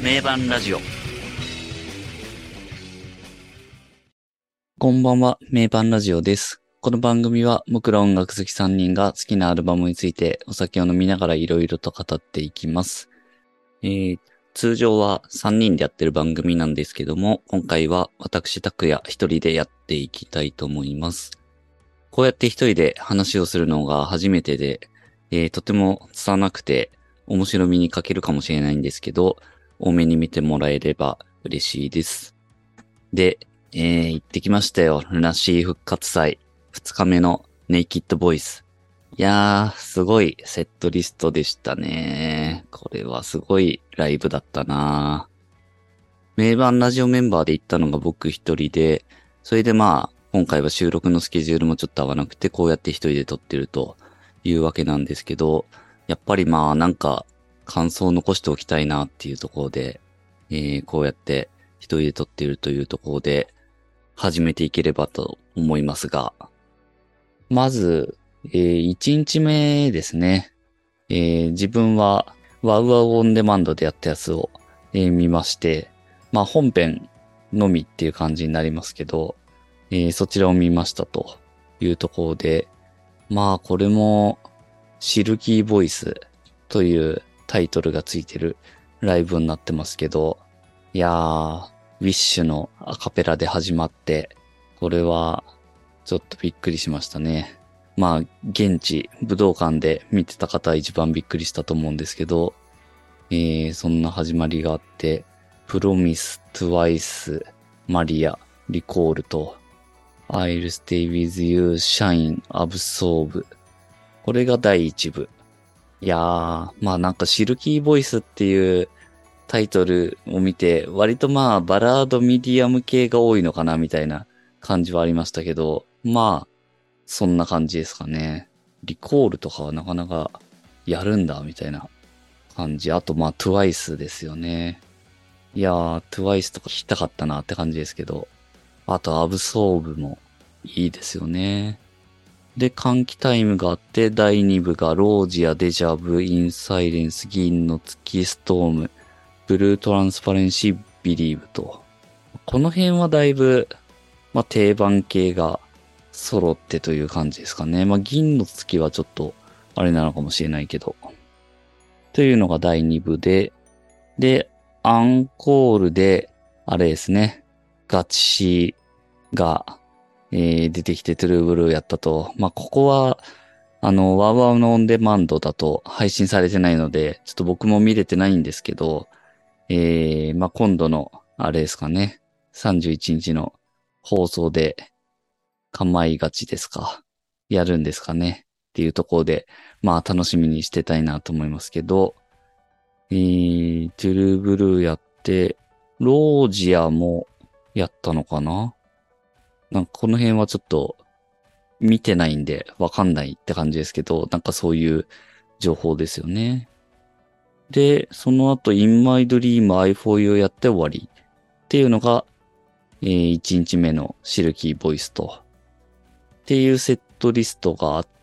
名盤ラジオ。 こんばんは、名盤ラジオです。この番組は僕ら音楽好き3人が好きなアルバムについてお酒を飲みながらいろいろと語っていきます。通常は3人でやってる番組なんですけども、今回は私拓也一人でやっていきたいと思います。こうやって一人で話をするのが初めてで、とても拙くて面白みに欠けるかもしれないんですけど、多めに見てもらえれば嬉しいです。で、行ってきましたよ。ルナシー復活祭。2日目のネイキッドボイス。いやー、すごいセットリストでしたね。これはすごいライブだったな。名盤ラジオメンバーで行ったのが僕一人で、それで今回は収録のスケジュールもちょっと合わなくて、こうやって一人で撮ってるというわけなんですけど、やっぱりなんか感想を残しておきたいなっていうところで、こうやって一人で撮っているというところで、始めていければと思いますが、まず、1日目ですね。自分はワウワウオンデマンドでやったやつを、見まして、本編のみっていう感じになりますけど、そちらを見ましたというところで、これもシルキーボイスというタイトルがついてるライブになってますけど、いやー、ウィッシュのアカペラで始まって、これはちょっとびっくりしましたね。現地、武道館で見てた方は一番びっくりしたと思うんですけど、そんな始まりがあって、プロミス、トゥワイス、マリア、リコールと、I'll stay with you, shine, absorb。これが第一部。いやー、なんかシルキーボイスっていうタイトルを見て、割とバラードミディアム系が多いのかなみたいな感じはありましたけど、そんな感じですかね。リコールとかはなかなかやるんだみたいな感じ。あとトゥワイスですよね。いやー、トゥワイスとか聞きたかったなって感じですけど、あとアブソーブもいいですよね。で、換気タイムがあって、第2部がロージア、デジャブ、インサイレンス、銀の月、ストーム、ブルートランスパレンシー、ビリーブと。この辺はだいぶ、定番系が揃ってという感じですかね。銀の月はちょっと、あれなのかもしれないけど。というのが第2部で、アンコールで、あれですね。ガチシが、出てきてトゥルーブルーやったと。ここは、ワウワウのオンデマンドだと配信されてないので、ちょっと僕も見れてないんですけど、今度の、あれですかね。31日の放送で、構いがちですか。やるんですかね。っていうところで、楽しみにしてたいなと思いますけど、トゥルーブルーやって、ロージアもやったのかな。なんかこの辺はちょっと見てないんでわかんないって感じですけど、なんかそういう情報ですよね。で、その後 In My Dream I For You やって終わりっていうのが、1日目のシルキーボイスとっていうセットリストがあって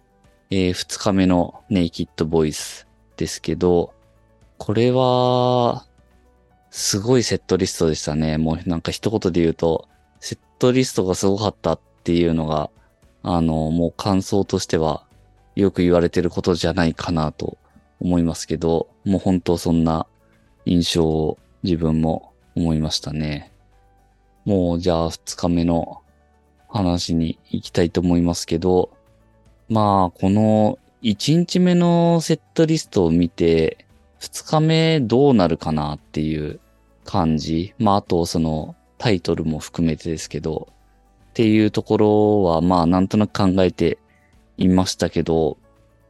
、2日目のネイキッドボイスですけど、これは、すごいセットリストでしたね。もうなんか一言で言うと、セットリストがすごかったっていうのが、もう感想としてはよく言われてることじゃないかなと思いますけど、もう本当そんな印象を自分も思いましたね。もうじゃあ2日目の話に行きたいと思いますけど、この1日目のセットリストを見て、2日目どうなるかなっていう感じ。あとそのタイトルも含めてですけど、っていうところはなんとなく考えていましたけど、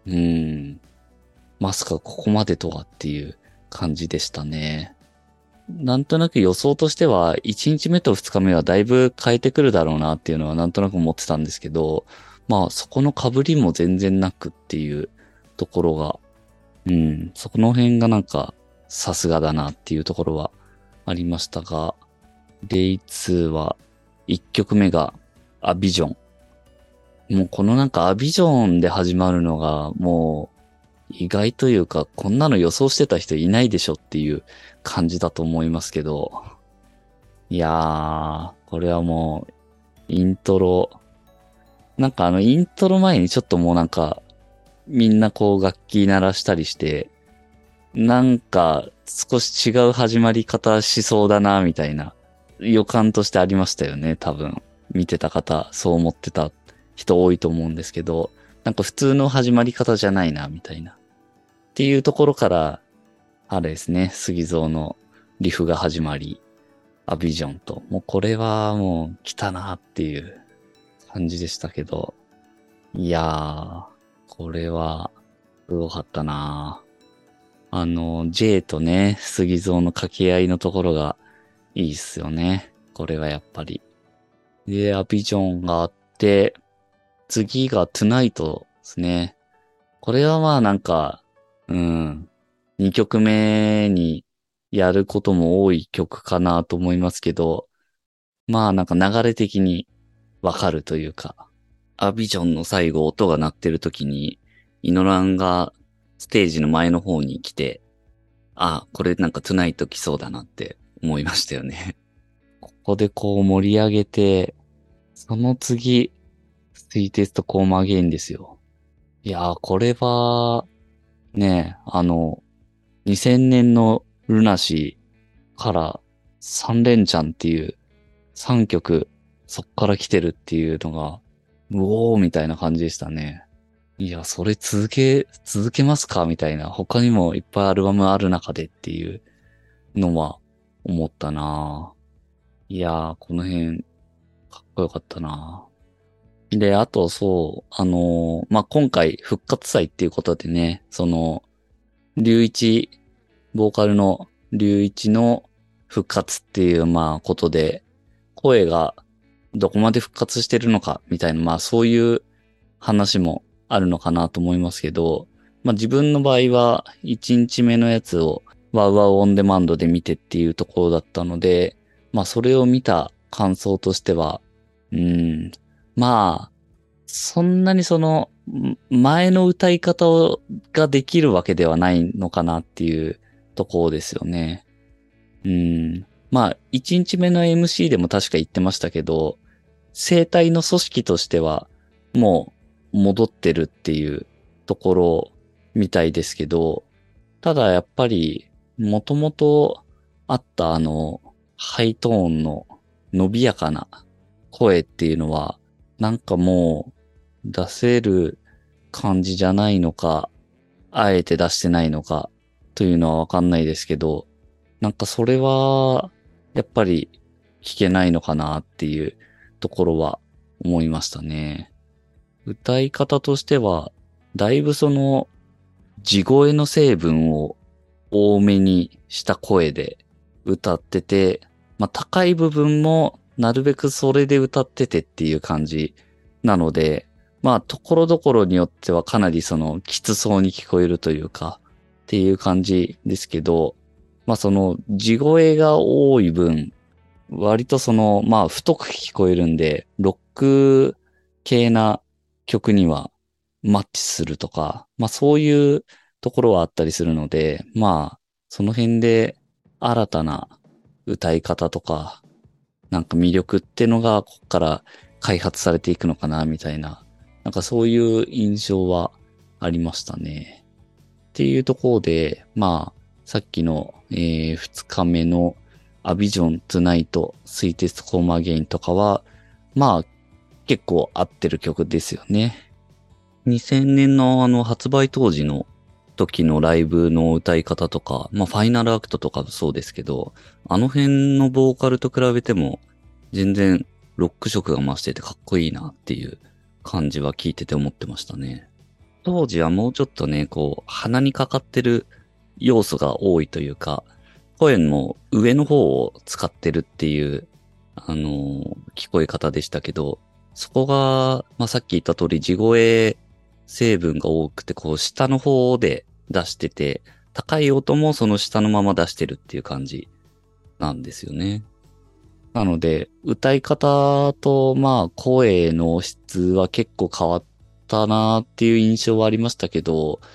まさかここまでとはっていう感じでしたね。なんとなく予想としては、1日目と2日目はだいぶ変えてくるだろうなっていうのはなんとなく思ってたんですけど、そこの被りも全然なくっていうところが、そこの辺がなんかさすがだなっていうところはありましたが、デイ2は1曲目がアビジョン。もうこのなんかアビジョンで始まるのがも意外というか、こんなの予想してた人いないでしょっていう感じだと思いますけど。いやー、これはもう、イントロ、イントロ前にちょっともうみんなこう楽器鳴らしたりして、少し違う始まり方しそうだな、みたいな予感としてありましたよね、多分。見てた方、そう思ってた人多いと思うんですけど、普通の始まり方じゃないな、みたいな。っていうところから、あれですね、杉蔵のリフが始まり、アビジョンと、もうこれはもう来たなっていう感じでしたけど、いやー、これは、すごかったな。J とね、杉蔵の掛け合いのところがいいっすよね。これはやっぱり。で、アビジョンがあって、次がトゥナイトですね。これはまあうん、2曲目にやることも多い曲かなと思いますけど、まあ流れ的にわかるというか、アビジョンの最後音が鳴ってる時に、イノランがステージの前の方に来て、あ、これトゥナイト来そうだなって思いましたよね。ここでこう盛り上げて、その次、スイーテストコーマーゲインですよ。いやー、これは、ね、2000年のルナシーから3連チャンっていう3曲そっから来てるっていうのが、うおーみたいな感じでしたね。いや、それ続けますかみたいな。他にもいっぱいアルバムある中でっていうのは思ったないやー、この辺、かっこよかったなで、あとそう、まあ、今回復活祭っていうことでね、龍一、ボーカルの龍一の復活っていう、まあ、ことで、声がどこまで復活してるのか、みたいな、まあ、そういう話もあるのかなと思いますけど、まあ、自分の場合は、1日目のやつを、ワウワウオンデマンドで見てっていうところだったので、まあ、それを見た感想としては、まあ、そんなに前の歌い方ができるわけではないのかなっていうところですよね。まあ、1日目の MC でも確か言ってましたけど、生体の組織としては、もう戻ってるっていうところみたいですけど、ただやっぱり、もともとあったハイトーンの伸びやかな声っていうのは、もう出せる感じじゃないのか、あえて出してないのかというのはわかんないですけど、それは、やっぱり聞けないのかなっていうところは思いましたね。歌い方としては、だいぶ地声の成分を多めにした声で歌ってて、まあ高い部分もなるべくそれで歌っててっていう感じなので、まあところどころによってはかなりきつそうに聞こえるというか、っていう感じですけど、まあ地声が多い分、割とまあ太く聞こえるんで、ロック系な曲にはマッチするとか、まあそういうところはあったりするので、まあその辺で新たな歌い方とか、魅力ってのがここから開発されていくのかなみたいな、そういう印象はありましたね。っていうところで、まあさっきの、2日目のアビジョントゥナイトスイーテストコーマーゲインとかは、まあ結構合ってる曲ですよね。2000年の発売当時の時のライブの歌い方とか、まあファイナルアクトとかもそうですけど、あの辺のボーカルと比べても全然ロック色が増しててかっこいいなっていう感じは聞いてて思ってましたね。当時はもうちょっとね、こう鼻にかかってる要素が多いというか、声の上の方を使ってるっていう、聞こえ方でしたけど、そこが、まあ、さっき言った通り地声成分が多くて、こう、下の方で出してて、高い音もその下のまま出してるっていう感じなんですよね。なので、歌い方と、まあ、声の質は結構変わったなっていう印象はありましたけど、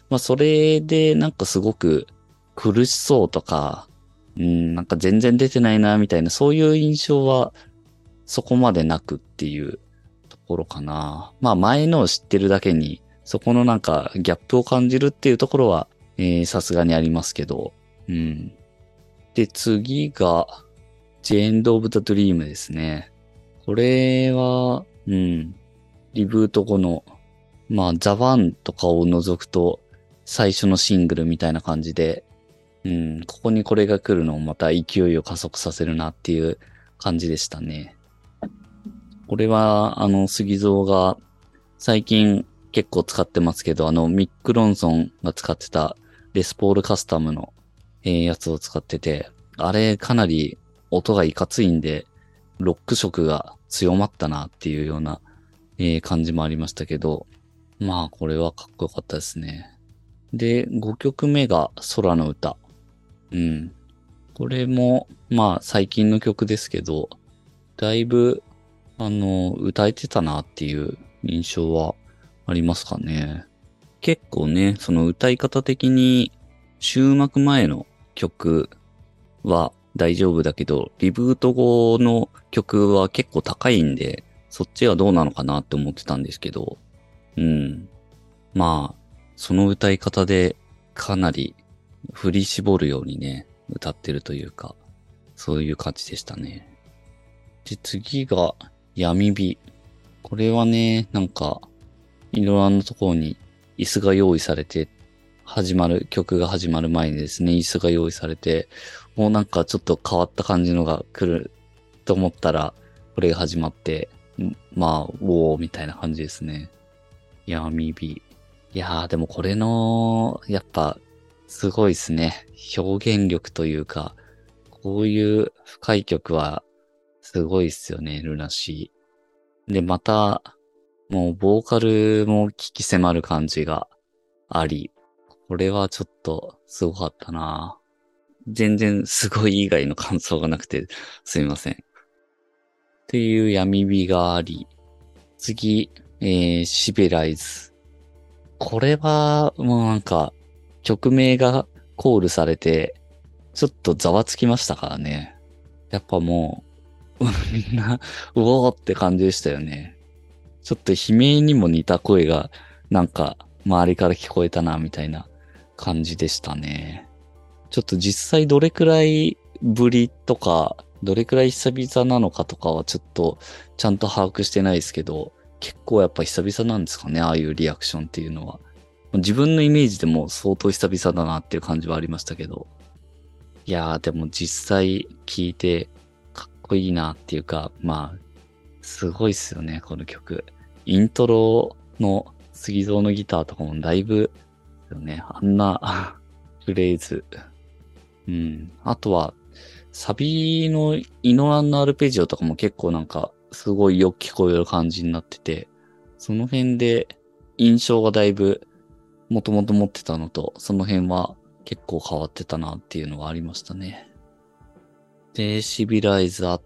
まあそれでなんかすごく苦しそうとか、なんか全然出てないなみたいなそういう印象はそこまでなくっていうところかな。まあ前のを知ってるだけに、そこのなんかギャップを感じるっていうところは、さすがにありますけど。うん。で、次が、The End of the Dream ですね。これは、リブート後の、まあ、ザ・ワンとかを除くと、最初のシングルみたいな感じで、ここにこれが来るのをまた勢いを加速させるなっていう感じでしたね。これは、杉蔵が最近結構使ってますけど、ミック・ロンソンが使ってたレスポールカスタムの、やつを使ってて、あれかなり音がいかついんで、ロック色が強まったなっていうような、感じもありましたけど、まあこれはかっこよかったですね。で、5曲目が空の歌。うん。これも、まあ最近の曲ですけど、だいぶ歌えてたなっていう印象はありますかね。結構ね、その歌い方的に終幕前の曲は大丈夫だけど、リブート後の曲は結構高いんで、そっちはどうなのかなって思ってたんですけど、うん。まあ、その歌い方でかなり振り絞るようにね、歌ってるというか、そういう感じでしたね。で、次が闇火。これはね、なんか、いろんなところに椅子が用意されて、曲が始まる前にですね、椅子が用意されて、もうなんかちょっと変わった感じのが来ると思ったら、これが始まって、まあ、おーみたいな感じですね。闇火。いやー、でもこれの、やっぱ、すごいですね。表現力というか、こういう深い曲は、すごいっすよね、ルナシー。で、また、もう、ボーカルも鬼気迫る感じがあり、これはちょっと、すごかったな。全然、すごい以外の感想がなくて、すみません。っていう闇火があり、次、シベライズ。これは、もうなんか、曲名がコールされて、ちょっとざわつきましたからね。やっぱもう、みんな、うおーって感じでしたよね。ちょっと悲鳴にも似た声が、なんか、周りから聞こえたな、みたいな感じでしたね。ちょっと実際どれくらいぶりとか、どれくらい久々なのかとかはちょっと、ちゃんと把握してないですけど、結構やっぱ久々なんですかね、ああいうリアクションっていうのは。自分のイメージでも相当久々だなっていう感じはありましたけど。いやー、でも実際聞いてかっこいいなっていうか、まあ、すごいっすよね、この曲。イントロの杉蔵のギターとかもだいぶ、よね、あんなフレーズ。うん。あとは、サビのイノランのアルペジオとかも結構なんか、すごいよく聞こえる感じになってて、その辺で印象がだいぶもともと持ってたのと、その辺は結構変わってたなっていうのはありましたね。で、シビライズあって、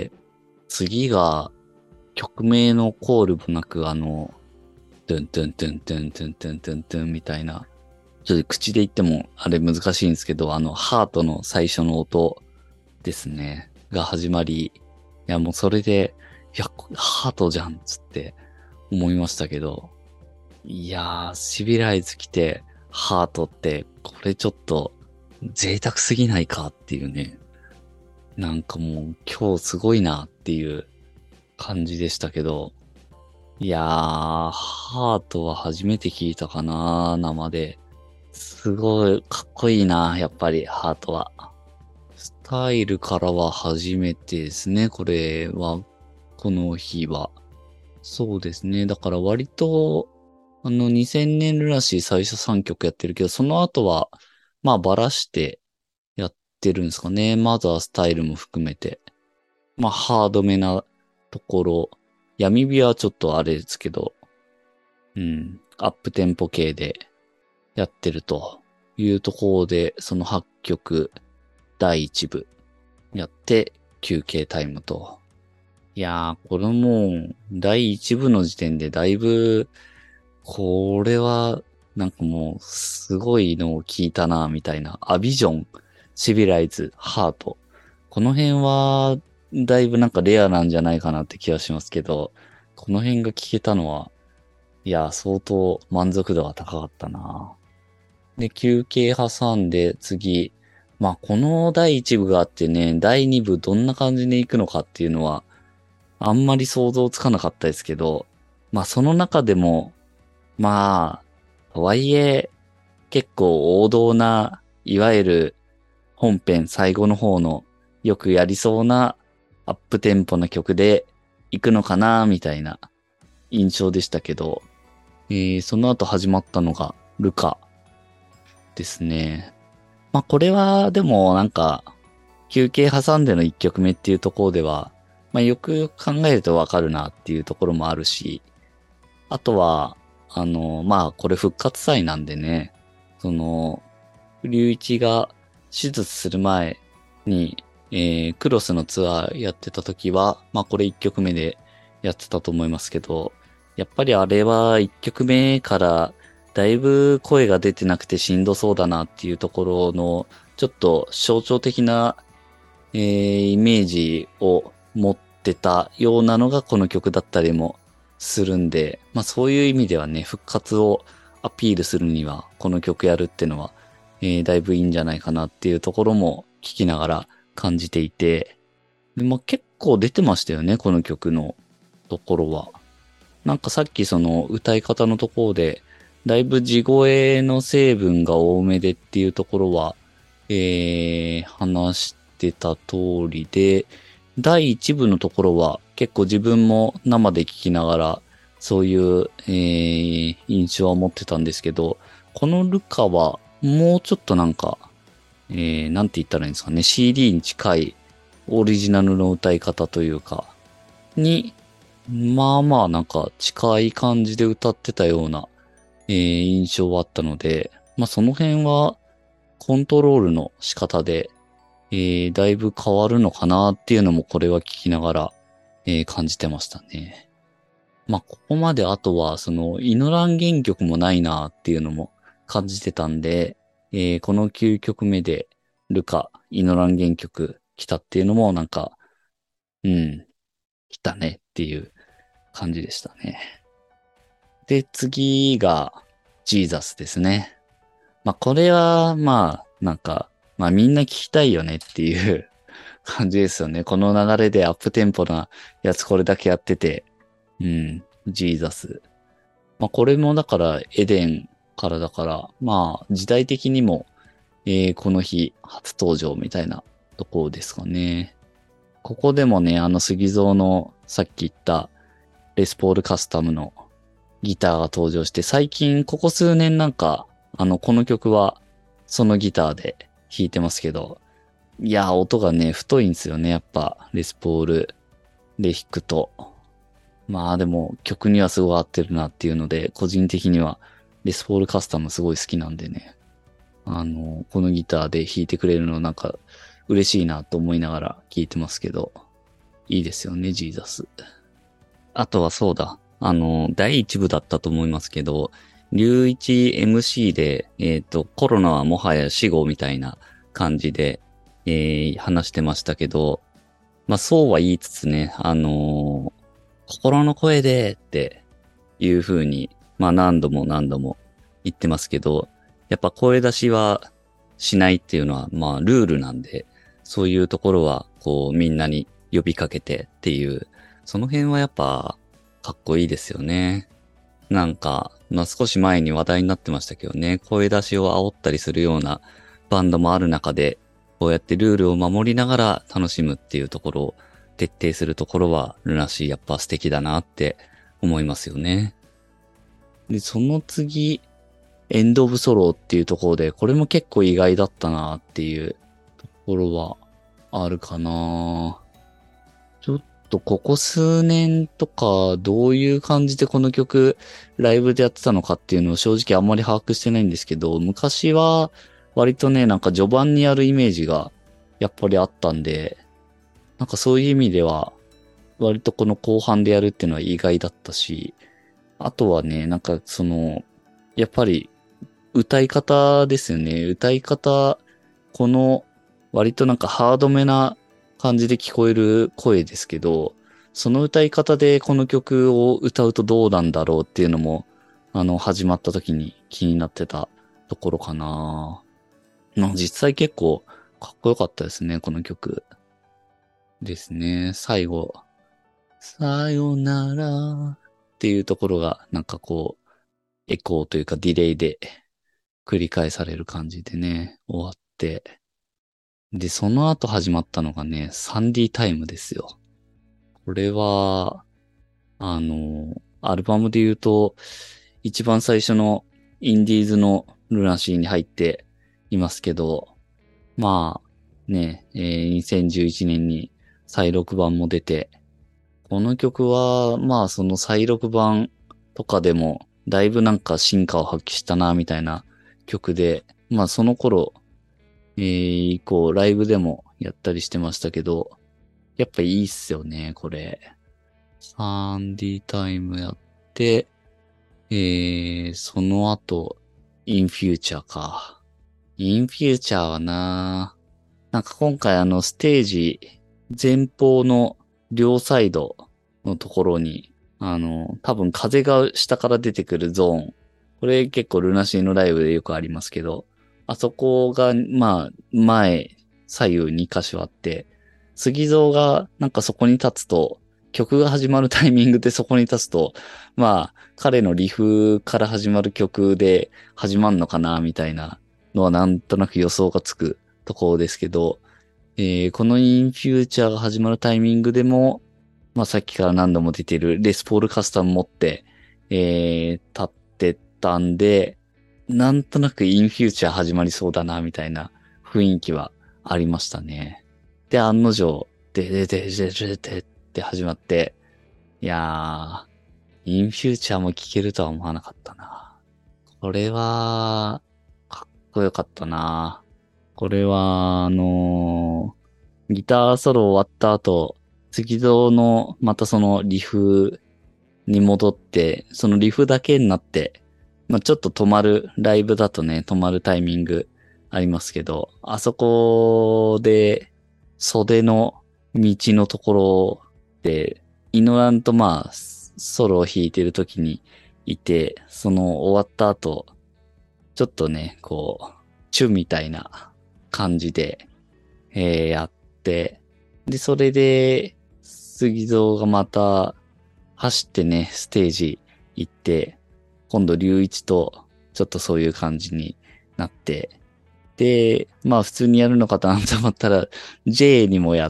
次が曲名のコールもなくトゥントゥントゥントゥントゥントゥントゥントゥンみたいな、ちょっと口で言ってもあれ難しいんですけど、ハートの最初の音ですね、が始まり、いやもうそれで、いや、ハートじゃんつって思いましたけど、いやー、シビライズ来て、ハートって、これちょっと、贅沢すぎないかっていうね。なんかもう、今日すごいなっていう感じでしたけど、いやー、ハートは初めて聞いたかな、生で。すごい、かっこいいな、やっぱり、ハートは。スタイルからは初めてですね、これは、この日は。そうですね。だから割と、2000年らしい最初3曲やってるけど、その後は、まあ、ばらしてやってるんですかね。マザースタイルも含めて。まあ、ハードめなところ。闇火はちょっとあれですけど、アップテンポ系でやってるというところで、その8曲、第1部やって休憩タイムと。いやー、これもう、第1部の時点でだいぶ、これはなんかもう、すごいのを聞いたな、みたいな。アビジョン、シビライズ、ハート。この辺は、だいぶなんかレアなんじゃないかなって気がしますけど、この辺が聞けたのは、いや、相当満足度が高かったな。で、休憩挟んで次、まあ、この第1部があってね、第2部どんな感じで行くのかっていうのは、あんまり想像つかなかったですけど、まあ、その中でも、まあ、とはいえ、結構王道な、いわゆる本編最後の方のよくやりそうなアップテンポな曲で行くのかな、みたいな印象でしたけど、その後始まったのがルカですね。まあこれはでもなんか休憩挟んでの1曲目っていうところでは、まあよくよく考えるとわかるなっていうところもあるし、あとは、まあこれ復活祭なんでね、その、隆一が手術する前に、クロスのツアーやってた時は、まあこれ1曲目でやってたと思いますけど、やっぱりあれは1曲目からだいぶ声が出てなくてしんどそうだなっていうところの、ちょっと象徴的な、イメージを持ってたようなのがこの曲だったりもするんで、まあそういう意味ではね、復活をアピールするには、この曲やるってのは、だいぶいいんじゃないかなっていうところも聞きながら感じていて、でも結構出てましたよね、この曲のところは。なんかさっきその歌い方のところで、だいぶ地声の成分が多めでっていうところは、話してた通りで、第一部のところは結構自分も生で聞きながら、そういう、印象は持ってたんですけど、このルカはもうちょっとなんか、なんて言ったらいいんですかね、CD に近いオリジナルの歌い方というか、に、まあまあなんか近い感じで歌ってたような、印象はあったので、まあその辺はコントロールの仕方で、だいぶ変わるのかなっていうのもこれは聞きながら、感じてましたね。まあここまであとはそのイノラン原曲もないなっていうのも感じてたんで、この9曲目でルカ、イノラン原曲来たっていうのもなんか、うん、来たねっていう感じでしたね。で、次が、ジーザスですね。まあ、これは、まあ、なんか、まあ、みんな聞きたいよねっていう感じですよね。この流れでアップテンポなやつこれだけやってて、うん、ジーザス。まあ、これもだから、エデンからだから、まあ、時代的にも、この日、初登場みたいなところですかね。ここでもね、杉蔵のさっき言ったレスポールカスタムのギターが登場して、最近ここ数年なんか、この曲はそのギターで弾いてますけど、いやー、音がね、太いんですよね、やっぱ、レスポールで弾くと。まあでも曲にはすごい合ってるなっていうので、個人的にはレスポールカスタムすごい好きなんでね。このギターで弾いてくれるのなんか嬉しいなと思いながら聴いてますけど、いいですよね、ジーザス。あとはそうだ。第一部だったと思いますけど、隆一 MC で、コロナはもはや死後みたいな感じで、話してましたけど、まあそうは言いつつね、心の声でっていう風に、まあ何度も何度も言ってますけど、やっぱ声出しはしないっていうのは、まあルールなんで、そういうところは、こうみんなに呼びかけてっていう、その辺はやっぱかっこいいですよね。なんか、まあ少し前に話題になってましたけどね、声出しを煽ったりするようなバンドもある中で、こうやってルールを守りながら楽しむっていうところを徹底するところは、ルナシーやっぱ素敵だなって思いますよね。で、その次、エンド・オブ・ソローっていうところで、これも結構意外だったなっていうところはあるかな。ちょっとここ数年とか、どういう感じでこの曲、ライブでやってたのかっていうのを正直あんまり把握してないんですけど、昔は割とね、なんか序盤にやるイメージがやっぱりあったんで、なんかそういう意味では、割とこの後半でやるっていうのは意外だったし、あとはね、なんかその、やっぱり歌い方ですよね。歌い方、この割となんかハードめな感じで聞こえる声ですけど、その歌い方でこの曲を歌うとどうなんだろうっていうのも、始まった時に気になってたところかな。実際結構かっこよかったですね、この曲。ですね。最後、さよならっていうところがなんかこう、エコーというかディレイで繰り返される感じでね、終わって。で、その後始まったのがね、サンディタイムですよ。これは、アルバムで言うと、一番最初のインディーズのルナシーに入っていますけど、まあ、ね、2011年に再録版も出て、この曲は、まあその再録版とかでも、だいぶなんか進化を発揮したな、みたいな曲で、まあその頃、以降ライブでもやったりしてましたけど、やっぱいいっすよね、これ。サンディタイムやって、その後、インフューチャーか。インフューチャーはなんか今回ステージ前方の両サイドのところに、多分風が下から出てくるゾーン。これ結構ルナシーのライブでよくありますけど、あそこが、まあ、前、左右2箇所あって、杉蔵がなんかそこに立つと、曲が始まるタイミングでそこに立つと、まあ、彼のリフから始まる曲で始まるのかな、みたいなのはなんとなく予想がつくところですけど、このインフューチャーが始まるタイミングでも、まあさっきから何度も出てるレスポールカスタム持って、立ってたんで、なんとなくインフューチャー始まりそうだな、みたいな雰囲気はありましたね。で、案の定、でって始まって、いやー、インフューチャーも聴けるとは思わなかったな。これは、かっこよかったな。これは、ギターソロ終わった後、次蔵のまたそのリフに戻って、そのリフだけになって、まあちょっと止まる、ライブだとね、止まるタイミングありますけど、あそこで袖の道のところで、イノランとまあソロを弾いてる時にいて、その終わった後、ちょっとね、こう、チュみたいな感じで、やって、で、それで、杉蔵がまた走ってね、ステージ行って、今度隆一とちょっとそういう感じになって、で、まあ普通にやるのかと思ったら、J にもやって、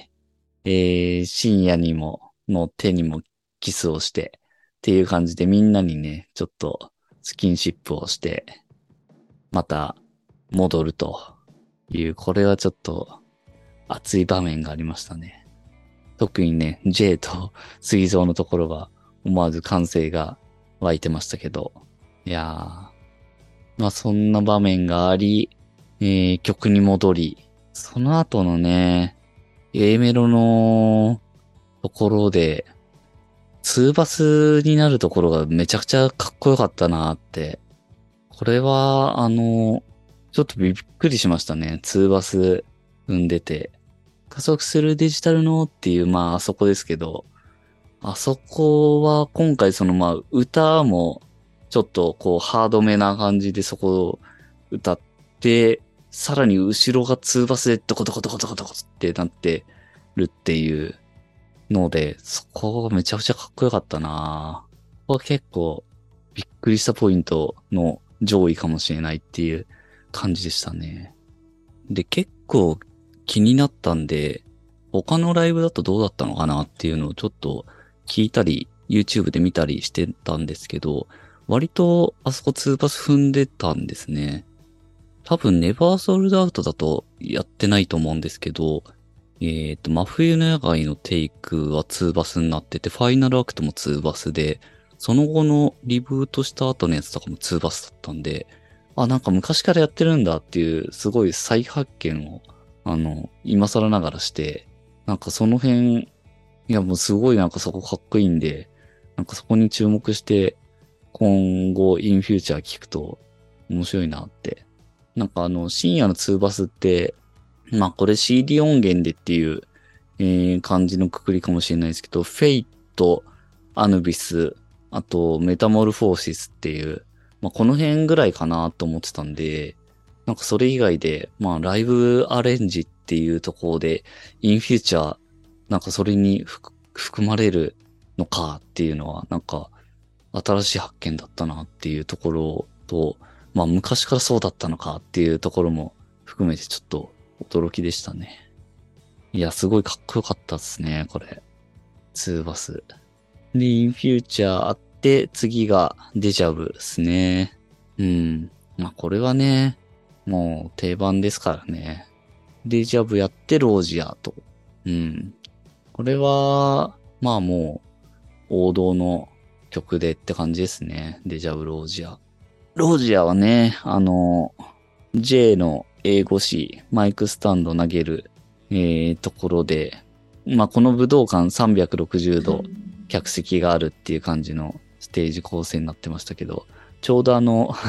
深夜にも、の手にもキスをして、っていう感じでみんなにね、ちょっとスキンシップをして、また戻るという、これはちょっと熱い場面がありましたね。特にね、J と水蔵のところが思わず歓声が湧いてましたけど。いやー、まあそんな場面があり、曲に戻り、その後のね、A メロのところで、ツーバスになるところがめちゃくちゃかっこよかったなって。これは、ちょっとびっくりしましたね。ツーバス踏んでて。加速するデジタルのっていう、まあ、あそこですけど、あそこは今回そのまあ、歌もちょっとこうハードめな感じでそこを歌って、さらに後ろがツーバスでドコドコドコドコドコってなってるっていうので、そこがめちゃくちゃかっこよかったな。ここは結構びっくりしたポイントの上位かもしれないっていう感じでしたね。で、結構気になったんで、他のライブだとどうだったのかなっていうのをちょっと聞いたり、YouTube で見たりしてたんですけど、割とあそこ2パス踏んでたんですね。多分ネバーソールドアウトだとやってないと思うんですけど、真冬の野外のテイクは2バスになってて、ファイナルアクトも2バスで、その後のリブートした後のやつとかも2バスだったんで、あ、なんか昔からやってるんだっていう、すごい再発見を、今更ながらして、なんかその辺、いやもうすごいなんかそこかっこいいんで、なんかそこに注目して、今後インフューチャー聞くと、 面白いなって。なんか深夜のツーバスって、まあこれ CD 音源でっていう、感じのくくりかもしれないですけど、フェイト、アヌビス、あとメタモルフォーシスっていう、まあこの辺ぐらいかなと思ってたんで、なんかそれ以外で、まあライブアレンジっていうところで、インフューチャー、なんかそれに含まれるのかっていうのは、なんか新しい発見だったなっていうところと、まあ昔からそうだったのかっていうところも含めてちょっと驚きでしたね。いや、すごいかっこよかったですね、これ。ツーバス。で、インフューチャーあって、次がデジャブですね。うん。まあこれはね、もう定番ですからね。デジャブやってロージアと。うん。これは、まあもう王道の曲でって感じですね。デジャブロージア。ロージアはね、J の英語詞、マイクスタンド投げる、ところで、まあ、この武道館360度客席があるっていう感じのステージ構成になってましたけど、ちょうど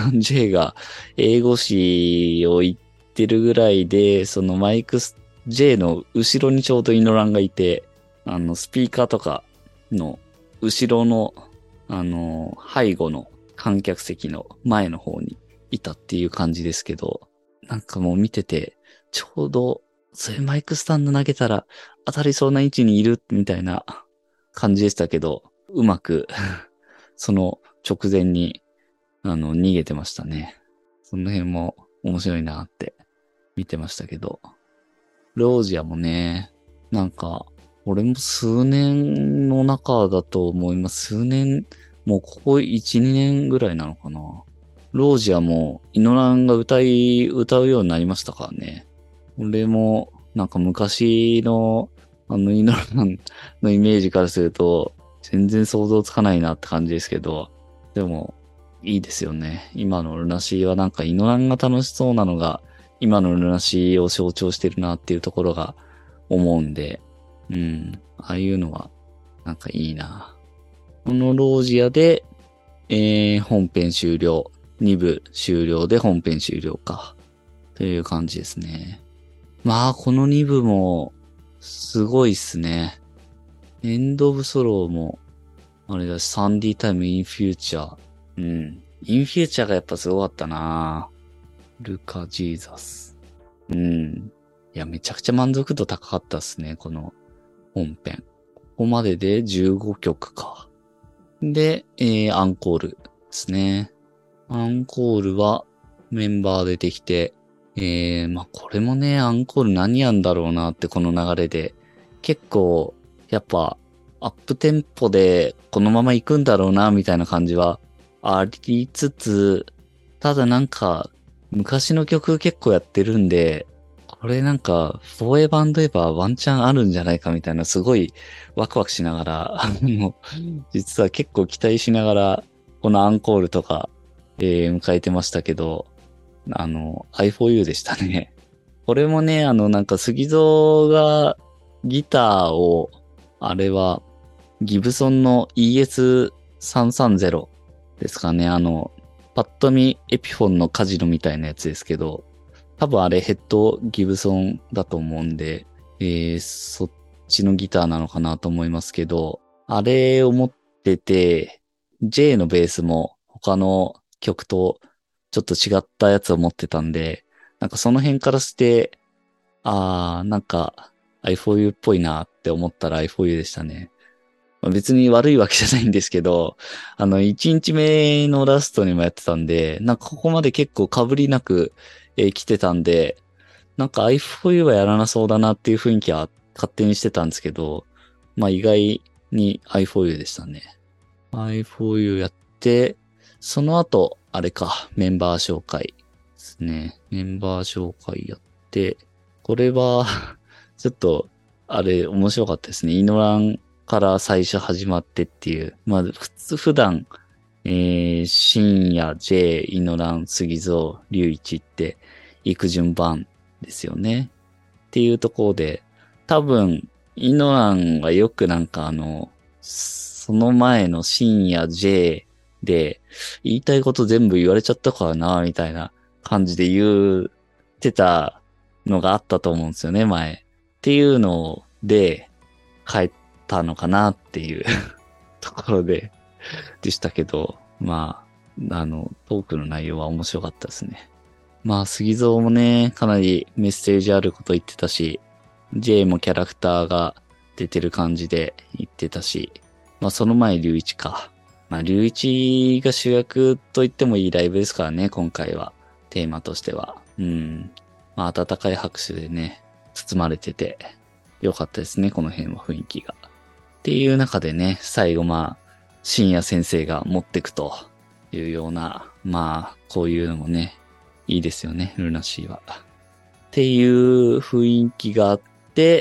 J が英語詞を言ってるぐらいで、そのマイクス、J の後ろにちょうどイノランがいて、スピーカーとかの後ろの、背後の観客席の前の方にいたっていう感じですけど、なんかもう見てて、ちょうど、そういうマイクスタンド投げたら当たりそうな位置にいるみたいな感じでしたけど、うまくその直前に、逃げてましたね。その辺も面白いなって見てましたけど、ロージアもね、なんか、俺も数年の中だと思います。数年、もうここ1、2年ぐらいなのかな。ロージアも、イノランが歌うようになりましたからね。俺も、なんか昔の、イノランのイメージからすると、全然想像つかないなって感じですけど、でも、いいですよね。今のルナシーはなんかイノランが楽しそうなのが、今のルナシーを象徴してるなっていうところが思うんで、うん。ああいうのは、なんかいいな。このロージアで、本編終了。2部終了で本編終了か。という感じですね。まあ、この2部も、すごいっすね。エンド・オブ・ソローも、あれだし、サンディタイム・イン・フューチャー。うん。イン・フューチャーがやっぱすごかったな。ルカ・ジーザス。うん。いや、めちゃくちゃ満足度高かったっすね、この本編。ここまでで15曲か。で、アンコールですね。アンコールはメンバー出てきて、まあ、これもね、アンコール何やんだろうなってこの流れで、結構、やっぱ、アップテンポでこのまま行くんだろうな、みたいな感じはありつつ、ただなんか、昔の曲結構やってるんで、これなんか、フォーエバーエバーワンチャンあるんじゃないかみたいな、すごいワクワクしながら、実は結構期待しながら、このアンコールとか、迎えてましたけど、I4U でしたね。これもね、なんか杉蔵がギターを、あれは、ギブソンの ES330 ですかね。パッと見エピフォンのカジノみたいなやつですけど、多分あれヘッドギブソンだと思うんで、そっちのギターなのかなと思いますけど、あれを持ってて、J のベースも他の曲とちょっと違ったやつを持ってたんで、なんかその辺からして、なんか I4U っぽいなって思ったら I4U でしたね。別に悪いわけじゃないんですけど、1日目のラストにもやってたんで、なんかここまで結構被りなく、来てたんで、なんか I4U はやらなそうだなっていう雰囲気は勝手にしてたんですけど、まあ意外に I4U でしたね。I4U やって、その後、あれか、メンバー紹介ですね。メンバー紹介やって、これはちょっと、あれ、面白かったですね。イノランから最初始まってっていう。まあ、普段、深夜、J、イノラン、杉蔵、龍一って行く順番ですよね。っていうところで、多分、イノランはよくなんかその前の深夜 J で、言いたいこと全部言われちゃったからな、みたいな感じで言ってたのがあったと思うんですよね、前。っていうので、帰ったのかなっていうところでしたけど、まあ、トークの内容は面白かったですね。まあ、杉蔵もね、かなりメッセージあること言ってたし、J もキャラクターが出てる感じで言ってたし、まあその前龍一か。まあ龍一が主役と言ってもいいライブですからね、今回は。テーマとしては。うん。まあ温かい拍手でね、包まれてて、よかったですね、この辺は雰囲気が。っていう中でね、最後まあ、深夜先生が持ってくというような、まあ、こういうのもね、いいですよね、ルナシーは。っていう雰囲気があって、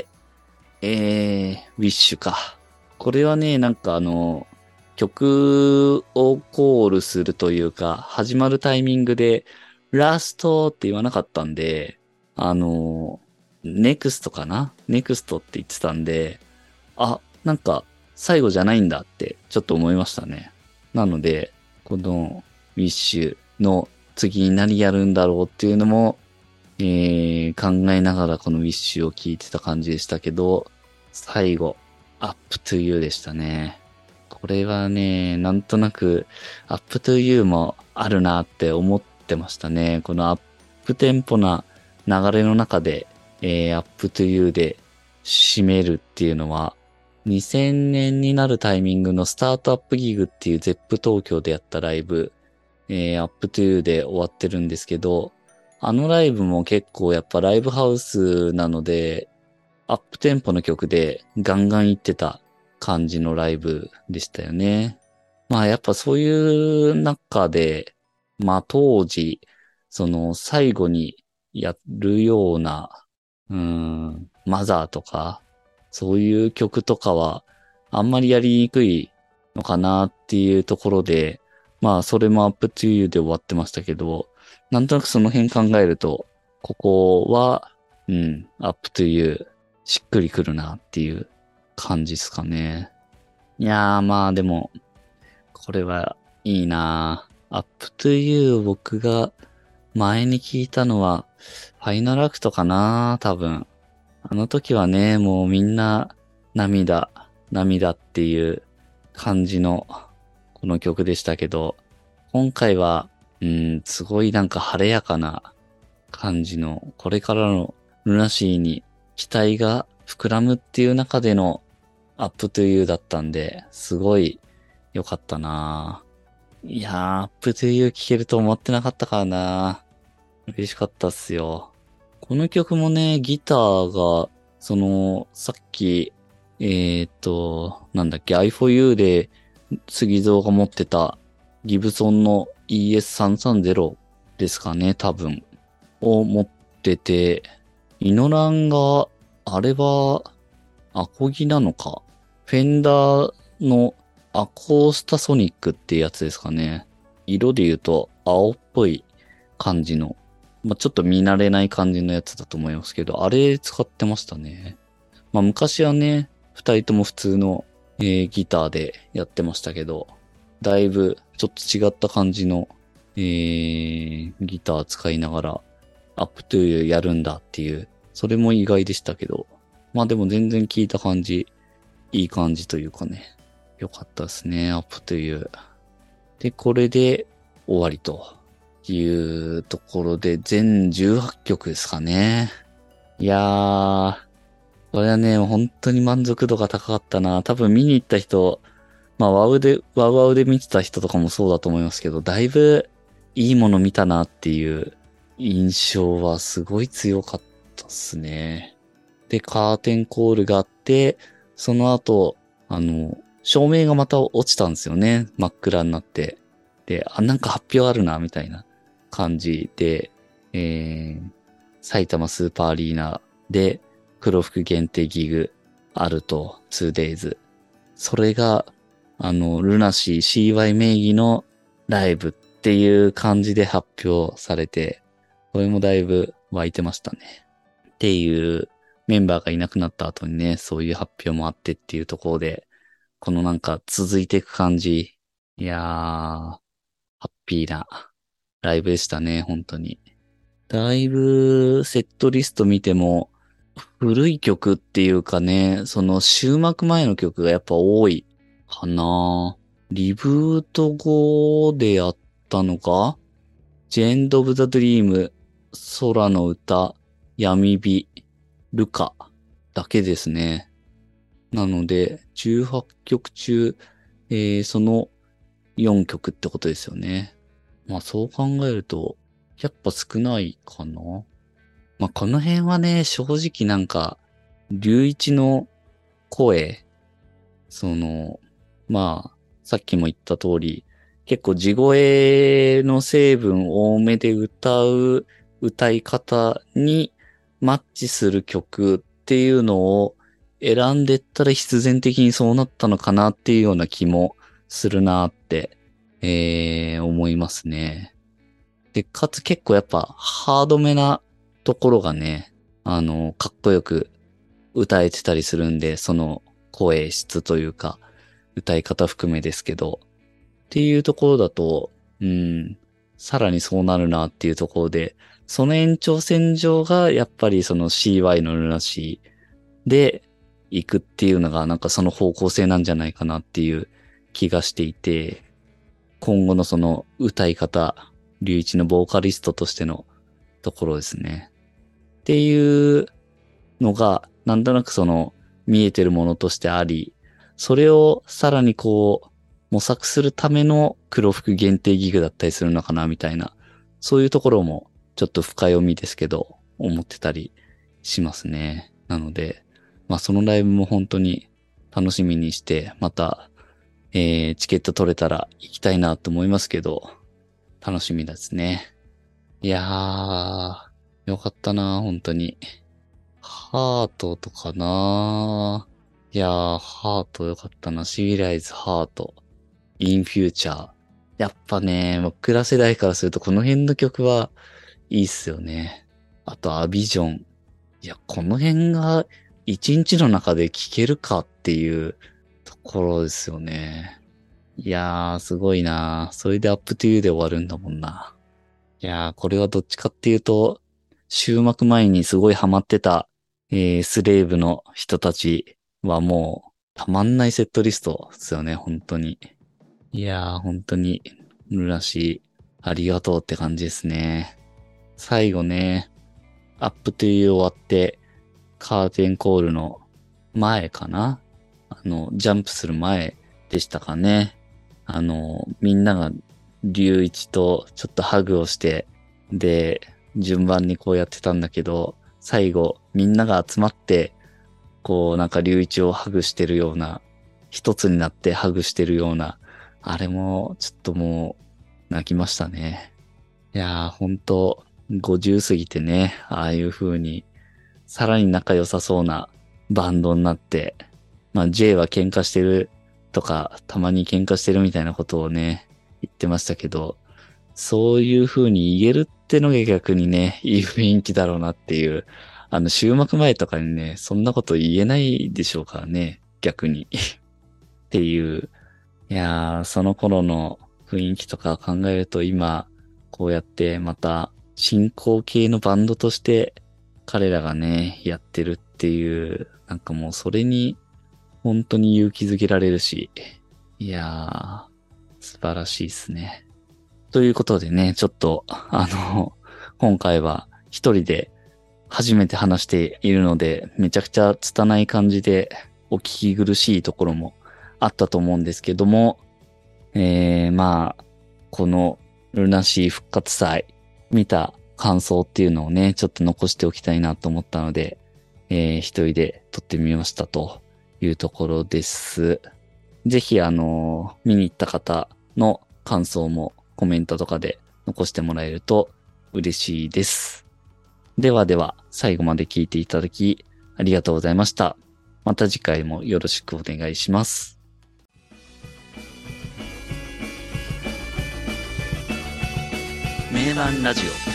ウィッシュか。これはね、なんか曲をコールするというか、始まるタイミングで、ラストって言わなかったんで、ネクストかなネクストって言ってたんで、あ、なんか、最後じゃないんだって、ちょっと思いましたね。なので、この、ウィッシュの次に何やるんだろうっていうのも、考えながらこのウィッシュを聞いてた感じでしたけど、最後、アップトゥユーでしたね。これはね、なんとなく、アップトゥユーもあるなって思ってましたね。このアップテンポな流れの中で、アップトゥユーで締めるっていうのは、2000年になるタイミングのスタートアップギグっていう ZEP 東京でやったライブ、アップトゥユーで終わってるんですけど、あのライブも結構やっぱライブハウスなので、アップテンポの曲でガンガン行ってた感じのライブでしたよね。まあやっぱそういう中で、まあ当時、その最後にやるような、マザーとか、そういう曲とかはあんまりやりにくいのかなっていうところで、まあそれもアップトゥーユーで終わってましたけど、なんとなくその辺考えると、ここは、アップトゥーユー、しっくりくるなっていう感じですかね。いやーまあでも、これはいいなアップトゥーユー僕が前に聞いたのは、ファイナルアクトかな多分。あの時はね、もうみんな涙、涙っていう感じのこの曲でしたけど、今回は、すごいなんか晴れやかな感じの、これからのルナシーに期待が膨らむっていう中でのアップトゥーユーだったんで、すごい良かったないやー、アップトゥーユー聴けると思ってなかったからな嬉しかったっすよ。この曲もね、ギターが、さっき、なんだっけ、i4u で杉蔵が持ってたギブソンの ES330 ですかね、多分。を持ってて、イノランが、あれは、アコギなのか。フェンダーのアコースタソニックっていうやつですかね。色で言うと青っぽい感じの、まあ、ちょっと見慣れない感じのやつだと思いますけど、あれ使ってましたね。まあ、昔はね、二人とも普通の、ギターでやってましたけど、だいぶちょっと違った感じの、ギター使いながらアップトゥーやるんだっていう、それも意外でしたけど、まあでも全然聞いた感じ、いい感じというかね、よかったですね、アップトゥー。で、これで終わりというところで、全18曲ですかね。いやー、これはね、本当に満足度が高かったな。多分見に行った人、まあ、ワウワウで見てた人とかもそうだと思いますけど、だいぶいいもの見たなっていう印象はすごい強かったっすね。で、カーテンコールがあって、その後、照明がまた落ちたんですよね。真っ暗になって。で、あ、なんか発表あるな、みたいな感じで、埼玉スーパーアリーナで黒服限定ギグあると 2days。それが、ルナシー CY 名義のライブっていう感じで発表されて、これもだいぶ湧いてましたね。っていうメンバーがいなくなった後にね、そういう発表もあってっていうところで、このなんか続いていく感じ、 いやー、ハッピーなライブでしたね、本当に。だいぶセットリスト見ても、古い曲っていうかね、その終幕前の曲がやっぱ多いかな。リブート後でやったのが、The End of the Dream、空の歌、闇火、ルカだけですね。なので、18曲中、その4曲ってことですよね。まあそう考えると、やっぱ少ないかな。まあこの辺はね、正直なんか、龍一の声、その、まあ、さっきも言った通り、結構地声の成分多めで歌う歌い方にマッチする曲っていうのを選んでったら必然的にそうなったのかなっていうような気もするなって、思いますね。で、かつ結構やっぱハードめなところがね、かっこよく歌えてたりするんで、その声質というか、歌い方含めですけど、っていうところだと、うん、さらにそうなるなっていうところで、その延長線上がやっぱりその CY のルナシーで行くっていうのがなんかその方向性なんじゃないかなっていう気がしていて、今後のその歌い方、龍一のボーカリストとしてのところですね。っていうのが、なんとなくその見えてるものとしてあり、それをさらにこう、模索するための黒服限定ギグだったりするのかなみたいな、そういうところもちょっと深読みですけど、思ってたりしますね。なので、まあそのライブも本当に楽しみにして、また、チケット取れたら行きたいなと思いますけど、楽しみですね。いやー、よかったな、本当に。ハートとかないやー、ハートよかったな。シビライズ、ハート、インフューチャー。やっぱね、僕ら世代からするとこの辺の曲はいいっすよね。あと、アビジョン。いや、この辺が一日の中で聴けるかっていうところですよね。いやー、すごいな。それでアップトゥーで終わるんだもんな。いやー、これはどっちかっていうと、終幕前にすごいハマってた、スレーブの人たちはもう、たまんないセットリストですよね、本当に。いやー、本当に、ルナシー、ありがとうって感じですね。最後ね、アップトゥー終わって、カーテンコールの前かな、ジャンプする前でしたかね。みんなが龍一とちょっとハグをして、で、順番にこうやってたんだけど、最後みんなが集まって、こうなんか龍一をハグしてるような、一つになってハグしてるような、あれもちょっともう泣きましたね。いやー、ほんと、50過ぎてね、ああいう風に、さらに仲良さそうなバンドになって、まあ J は喧嘩してるとか、たまに喧嘩してるみたいなことをね、言ってましたけど、そういう風に言えるってのが逆にね、いい雰囲気だろうなっていう、終幕前とかにね、そんなこと言えないでしょうからね、逆に。っていう、いやー、その頃の雰囲気とか考えると今、こうやってまた進行形のバンドとして彼らがね、やってるっていう、なんかもうそれに本当に勇気づけられるし、いやー、素晴らしいですね。ということでね、ちょっと、今回は一人で初めて話しているので、めちゃくちゃ拙い感じでお聞き苦しいところもあったと思うんですけども、まあ、このルナシー復活祭見た感想っていうのをね、ちょっと残しておきたいなと思ったので、一人で撮ってみましたというところです。ぜひ見に行った方の感想もコメントとかで残してもらえると嬉しいです。ではでは、最後まで聞いていただきありがとうございました。また次回もよろしくお願いします。名盤ラジオ